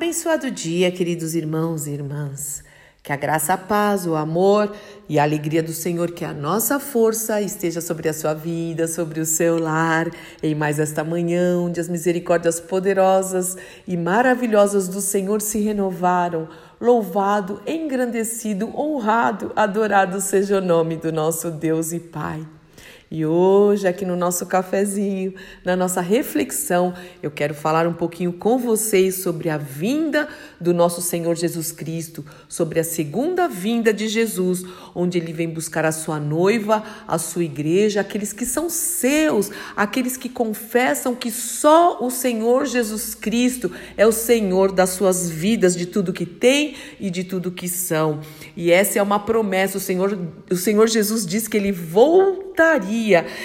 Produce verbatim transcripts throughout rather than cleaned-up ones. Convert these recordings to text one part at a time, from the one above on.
Abençoado dia, queridos irmãos e irmãs. Que a graça, a paz, o amor e a alegria do Senhor, que a nossa força esteja sobre a sua vida, sobre o seu lar, em mais esta manhã, onde as misericórdias poderosas e maravilhosas do Senhor se renovaram. Louvado, engrandecido, honrado, adorado seja o nome do nosso Deus e Pai. E hoje, aqui no nosso cafezinho, na nossa reflexão, eu quero falar um pouquinho com vocês sobre a vinda do nosso Senhor Jesus Cristo, sobre a segunda vinda de Jesus, onde Ele vem buscar a sua noiva, a sua igreja, aqueles que são seus, aqueles que confessam que só o Senhor Jesus Cristo é o Senhor das suas vidas, de tudo que tem e de tudo que são. E essa é uma promessa, o Senhor, o Senhor Jesus diz que Ele voltaria.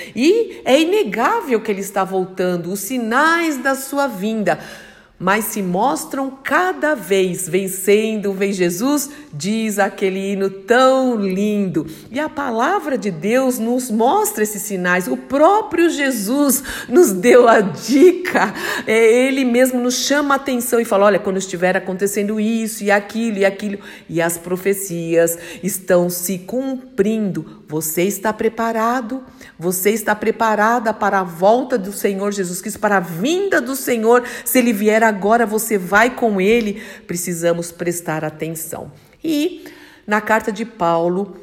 E é inegável que Ele está voltando, os sinais da sua vinda, mas se mostram cada vez. Vencendo, vem Jesus, diz aquele hino tão lindo. E a palavra de Deus nos mostra esses sinais. O próprio Jesus nos deu a dica. É, Ele mesmo nos chama a atenção e fala, olha, quando estiver acontecendo isso e aquilo e aquilo, e as profecias estão se cumprindo, você está preparado? Você está preparada para a volta do Senhor Jesus Cristo, para a vinda do Senhor? Se Ele vier agora, você vai com Ele? Precisamos prestar atenção. E na carta de Paulo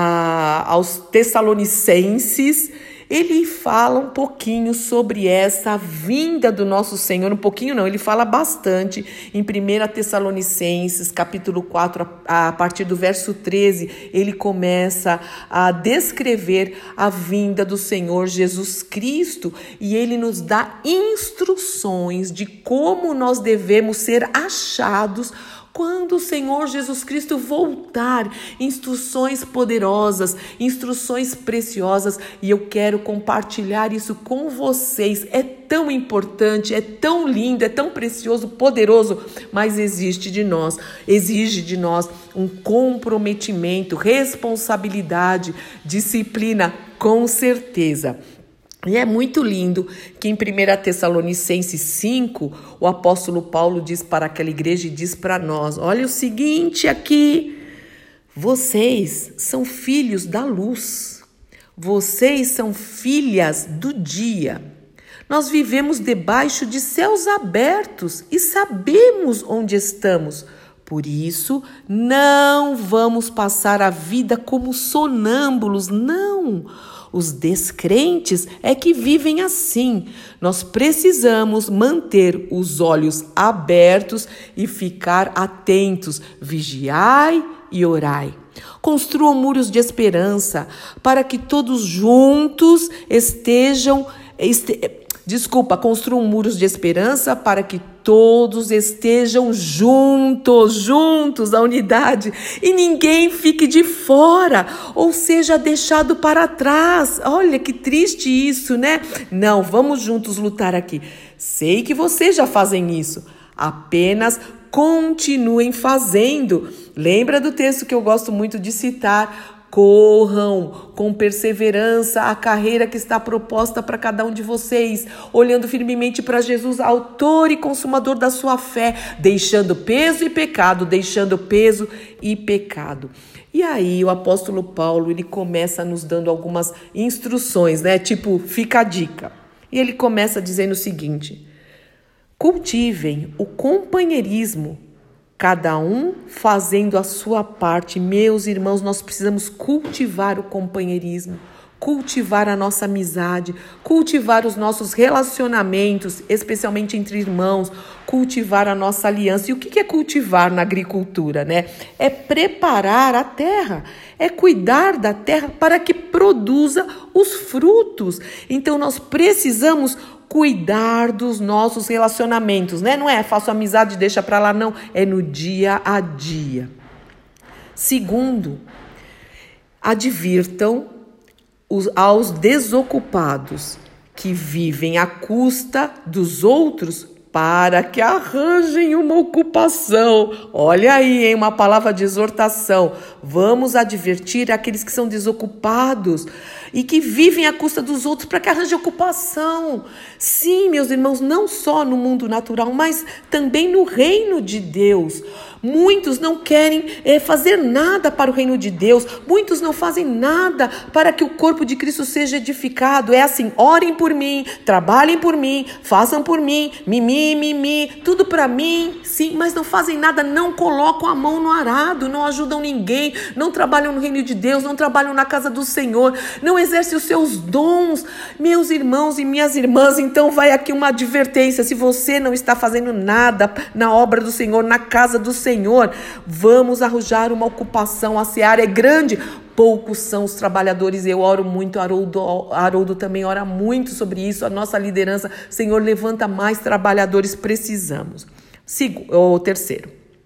ah, aos Tessalonicenses, ele fala um pouquinho sobre essa vinda do nosso Senhor, um pouquinho não, ele fala bastante em primeira Tessalonicenses, capítulo quatro, a partir do verso treze, ele começa a descrever a vinda do Senhor Jesus Cristo e ele nos dá instruções de como nós devemos ser achados quando o Senhor Jesus Cristo voltar. Instruções poderosas, instruções preciosas, e eu quero compartilhar isso com vocês. É tão importante, é tão lindo, é tão precioso, poderoso, mas existe de nós, exige de nós um comprometimento, responsabilidade, disciplina, com certeza. E é muito lindo que em primeira Tessalonicenses cinco, o apóstolo Paulo diz para aquela igreja e diz para nós, olha o seguinte aqui, vocês são filhos da luz, vocês são filhas do dia. Nós vivemos debaixo de céus abertos e sabemos onde estamos. Por isso, não vamos passar a vida como sonâmbulos, não. Os descrentes é que vivem assim. Nós precisamos manter os olhos abertos e ficar atentos. Vigiai e orai. Construam muros de esperança para que todos juntos estejam... Este, desculpa, construam muros de esperança para que todos estejam juntos, juntos, a unidade, e ninguém fique de fora, ou seja, deixado para trás. Olha que triste isso, né? Não, vamos juntos lutar aqui. Sei que vocês já fazem isso, apenas continuem fazendo. Lembra do texto que eu gosto muito de citar? Corram com perseverança a carreira que está proposta para cada um de vocês, olhando firmemente para Jesus, autor e consumador da sua fé, deixando peso e pecado, deixando peso e pecado. E aí o apóstolo Paulo, ele começa nos dando algumas instruções, né? Tipo, fica a dica. E ele começa dizendo o seguinte, cultivem o companheirismo, cada um fazendo a sua parte. Meus irmãos, nós precisamos cultivar o companheirismo, cultivar a nossa amizade, cultivar os nossos relacionamentos, especialmente entre irmãos, cultivar a nossa aliança. E o que é cultivar na agricultura, né? É preparar a terra, é cuidar da terra para que produza os frutos. Então, nós precisamos cuidar dos nossos relacionamentos, né? Não é faço amizade, deixa pra lá, não. É no dia a dia. Segundo, advirtam os, aos desocupados que vivem à custa dos outros para que arranjem uma ocupação. Olha aí, hein? Uma palavra de exortação. Vamos advertir aqueles que são desocupados e que vivem à custa dos outros para que arranjem ocupação. Sim, meus irmãos, não só no mundo natural, mas também no reino de Deus. Muitos não querem é, fazer nada para o reino de Deus. Muitos não fazem nada para que o corpo de Cristo seja edificado. É assim, orem por mim, trabalhem por mim, façam por mim, mimi, mimi, tudo para mim. Sim, mas não fazem nada, não colocam a mão no arado, não ajudam ninguém, não trabalham no reino de Deus, não trabalham na casa do Senhor, não exercem os seus dons. Meus irmãos e minhas irmãs, então vai aqui uma advertência. Se você não está fazendo nada na obra do Senhor, na casa do Senhor, Senhor, vamos arranjar uma ocupação. A seara é grande, poucos são os trabalhadores. Eu oro muito, Haroldo, Haroldo também ora muito sobre isso. A nossa liderança, Senhor, levanta mais trabalhadores, precisamos. Sigo, o terceiro,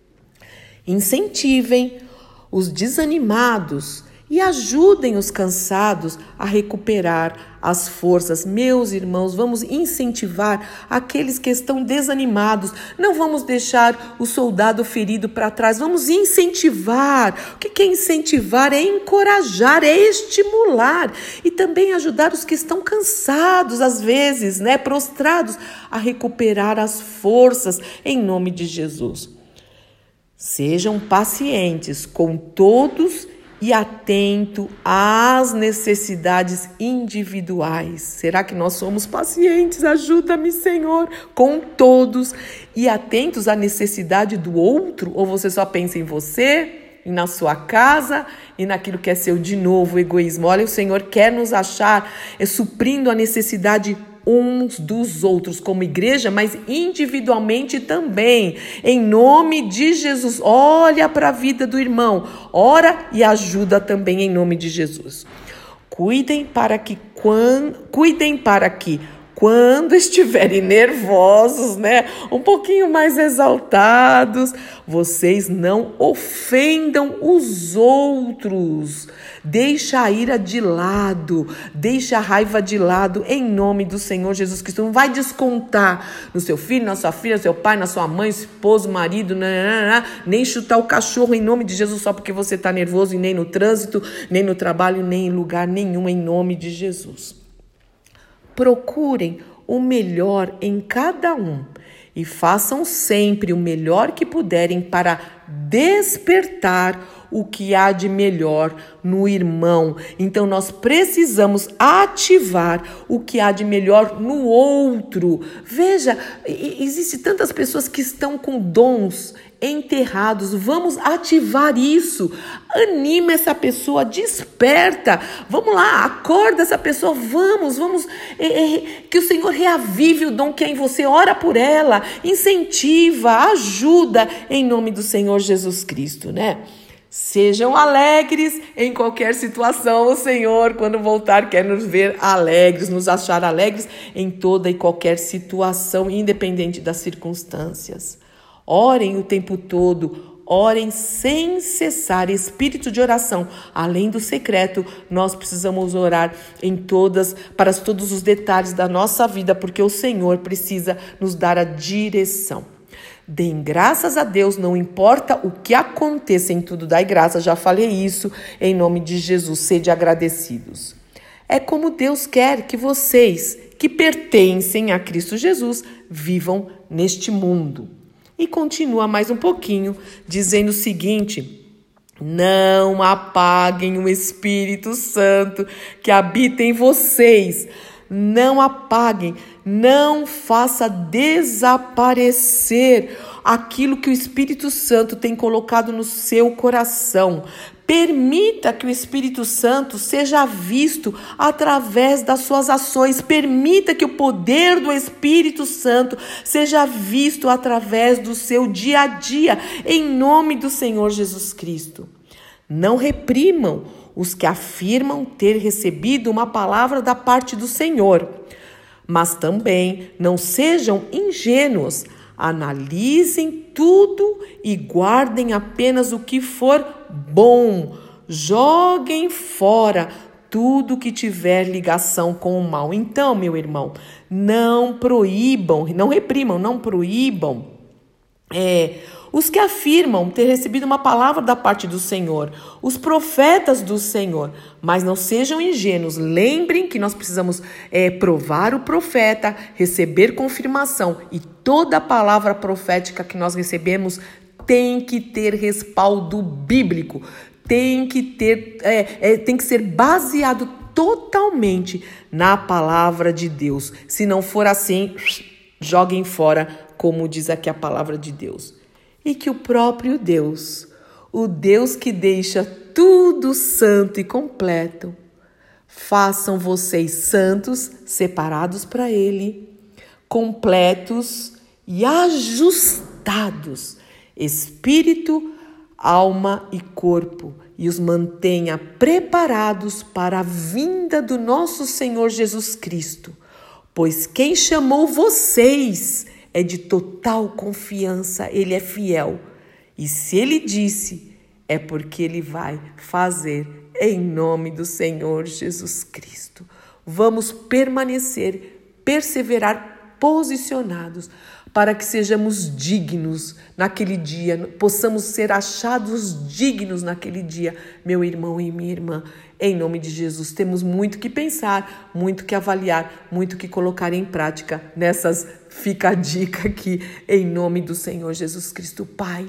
incentivem os desanimados e ajudem os cansados a recuperar as forças. Meus irmãos, vamos incentivar aqueles que estão desanimados. Não vamos deixar o soldado ferido para trás. Vamos incentivar. O que é incentivar? É encorajar, é estimular e também ajudar os que estão cansados, às vezes, né, prostrados, a recuperar as forças em nome de Jesus. Sejam pacientes com todos e atento às necessidades individuais. Será que nós somos pacientes? Ajuda-me, Senhor, com todos e atentos à necessidade do outro? Ou você só pensa em você e na sua casa e naquilo que é seu? De novo, egoísmo. Olha, o Senhor quer nos achar é, suprindo a necessidade uns dos outros como igreja, mas individualmente também. Em nome de Jesus, olha para a vida do irmão, ora e ajuda também em nome de Jesus. Cuidem para que quando, cuidem para que quando estiverem nervosos, né, um pouquinho mais exaltados, vocês não ofendam os outros. Deixa a ira de lado, deixa a raiva de lado, em nome do Senhor Jesus Cristo. Não vai descontar no seu filho, na sua filha, no seu pai, na sua mãe, esposo, marido, nananana, nem chutar o cachorro em nome de Jesus só porque você está nervoso, e nem no trânsito, nem no trabalho, nem em lugar nenhum, em nome de Jesus. Procurem o melhor em cada um e façam sempre o melhor que puderem para despertar o que há de melhor no irmão. Então, nós precisamos ativar o que há de melhor no outro. Veja, existem tantas pessoas que estão com dons enterrados. Vamos ativar isso. Anima essa pessoa, desperta. Vamos lá, acorda essa pessoa. Vamos, vamos. É, é, que o Senhor reavive o dom que é em você. Ora por ela, incentiva, ajuda em nome do Senhor Jesus Cristo, né? Sejam alegres em qualquer situação. O Senhor, quando voltar, quer nos ver alegres, nos achar alegres em toda e qualquer situação, independente das circunstâncias. Orem o tempo todo, orem sem cessar, espírito de oração. Além do secreto, nós precisamos orar em todas, para todos os detalhes da nossa vida, porque o Senhor precisa nos dar a direção. Deem graças a Deus, não importa o que aconteça, em tudo dai graças. Já falei isso, em nome de Jesus, sede agradecidos. É como Deus quer que vocês, que pertencem a Cristo Jesus, vivam neste mundo. E continua mais um pouquinho, dizendo o seguinte: não apaguem o Espírito Santo que habita em vocês. Não apaguem, não faça desaparecer aquilo que o Espírito Santo tem colocado no seu coração. Permita que o Espírito Santo seja visto através das suas ações. Permita que o poder do Espírito Santo seja visto através do seu dia a dia, em nome do Senhor Jesus Cristo. Não reprimam os que afirmam ter recebido uma palavra da parte do Senhor, mas também não sejam ingênuos. Analisem tudo e guardem apenas o que for bom. Joguem fora tudo que tiver ligação com o mal. Então, meu irmão, não proíbam, não reprimam, não proíbam é, os que afirmam ter recebido uma palavra da parte do Senhor, os profetas do Senhor, mas não sejam ingênuos. Lembrem que nós precisamos é, provar o profeta, receber confirmação, e toda palavra profética que nós recebemos tem que ter respaldo bíblico, tem que ter, é, é, tem que ser baseado totalmente na palavra de Deus. Se não for assim, joguem fora, como diz aqui a palavra de Deus. E que o próprio Deus, o Deus que deixa tudo santo e completo, façam vocês santos, separados para Ele, completos e ajustados, espírito, alma e corpo, e os mantenha preparados para a vinda do nosso Senhor Jesus Cristo. Pois quem chamou vocês é de total confiança, Ele é fiel. E se Ele disse, é porque Ele vai fazer, em nome do Senhor Jesus Cristo. Vamos permanecer, perseverar posicionados, para que sejamos dignos naquele dia, possamos ser achados dignos naquele dia, meu irmão e minha irmã. Em nome de Jesus, temos muito que pensar, muito que avaliar, muito que colocar em prática nessas, fica a dica aqui, em nome do Senhor Jesus Cristo. Pai,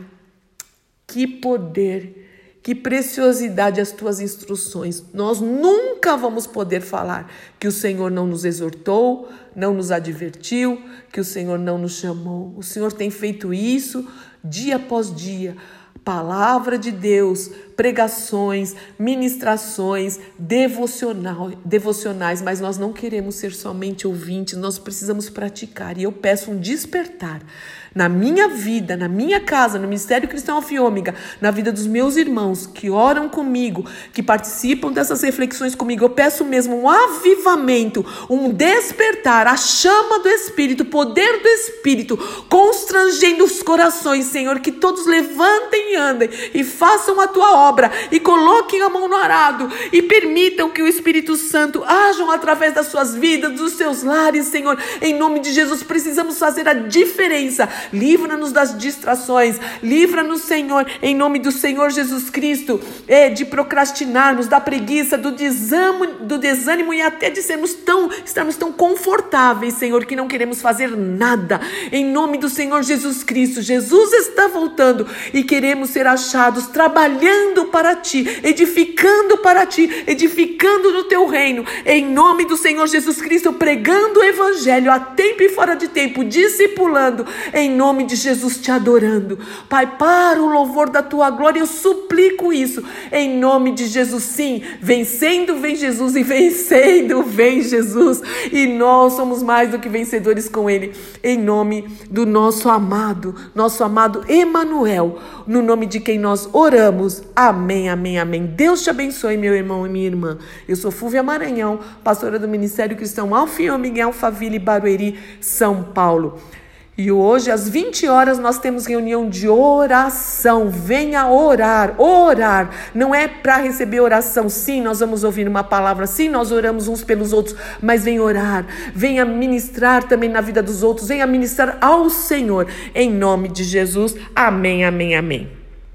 que poder, que preciosidade as tuas instruções. Nós nunca vamos poder falar que o Senhor não nos exortou, não nos advertiu, que o Senhor não nos chamou. O Senhor tem feito isso dia após dia. Palavra de Deus, pregações, ministrações, devocional, devocionais, mas nós não queremos ser somente ouvintes, nós precisamos praticar. E eu peço um despertar na minha vida, na minha casa, no Ministério Cristão Alfa e Ômega, na vida dos meus irmãos que oram comigo, que participam dessas reflexões comigo. Eu peço mesmo um avivamento, um despertar, a chama do Espírito, o poder do Espírito, constrangendo os corações, Senhor, que todos levantem e andem e façam a tua obra e coloquem a mão no arado e permitam que o Espírito Santo ajam através das suas vidas, dos seus lares, Senhor. Em nome de Jesus, precisamos fazer a diferença. Livra-nos das distrações, livra-nos, Senhor, em nome do Senhor Jesus Cristo, é, de procrastinarmos, da preguiça, do desânimo, do desânimo e até de sermos tão, estarmos tão confortáveis, Senhor, que não queremos fazer nada. Em nome do Senhor Jesus Cristo, Jesus está voltando e queremos ser achados trabalhando para Ti, edificando para Ti, edificando no Teu reino. Em nome do Senhor Jesus Cristo, pregando o Evangelho a tempo e fora de tempo, discipulando, em nome de Jesus, te adorando. Pai, para o louvor da Tua glória, eu suplico isso, em nome de Jesus. Sim, vencendo vem Jesus e vencendo vem Jesus, e nós somos mais do que vencedores com Ele, em nome do nosso amado, nosso amado Emanuel, no nome de quem nós oramos. Amém, amém, amém. Deus te abençoe, meu irmão e minha irmã. Eu sou Fúvia Maranhão, pastora do Ministério Cristão Alfa e Ômega, Alphaville, Barueri, São Paulo. E hoje, às vinte horas, nós temos reunião de oração. Venha orar, orar. Não é para receber oração. Sim, nós vamos ouvir uma palavra. Sim, nós oramos uns pelos outros. Mas venha orar. Venha ministrar também na vida dos outros. Venha ministrar ao Senhor. Em nome de Jesus. Amém, amém, amém.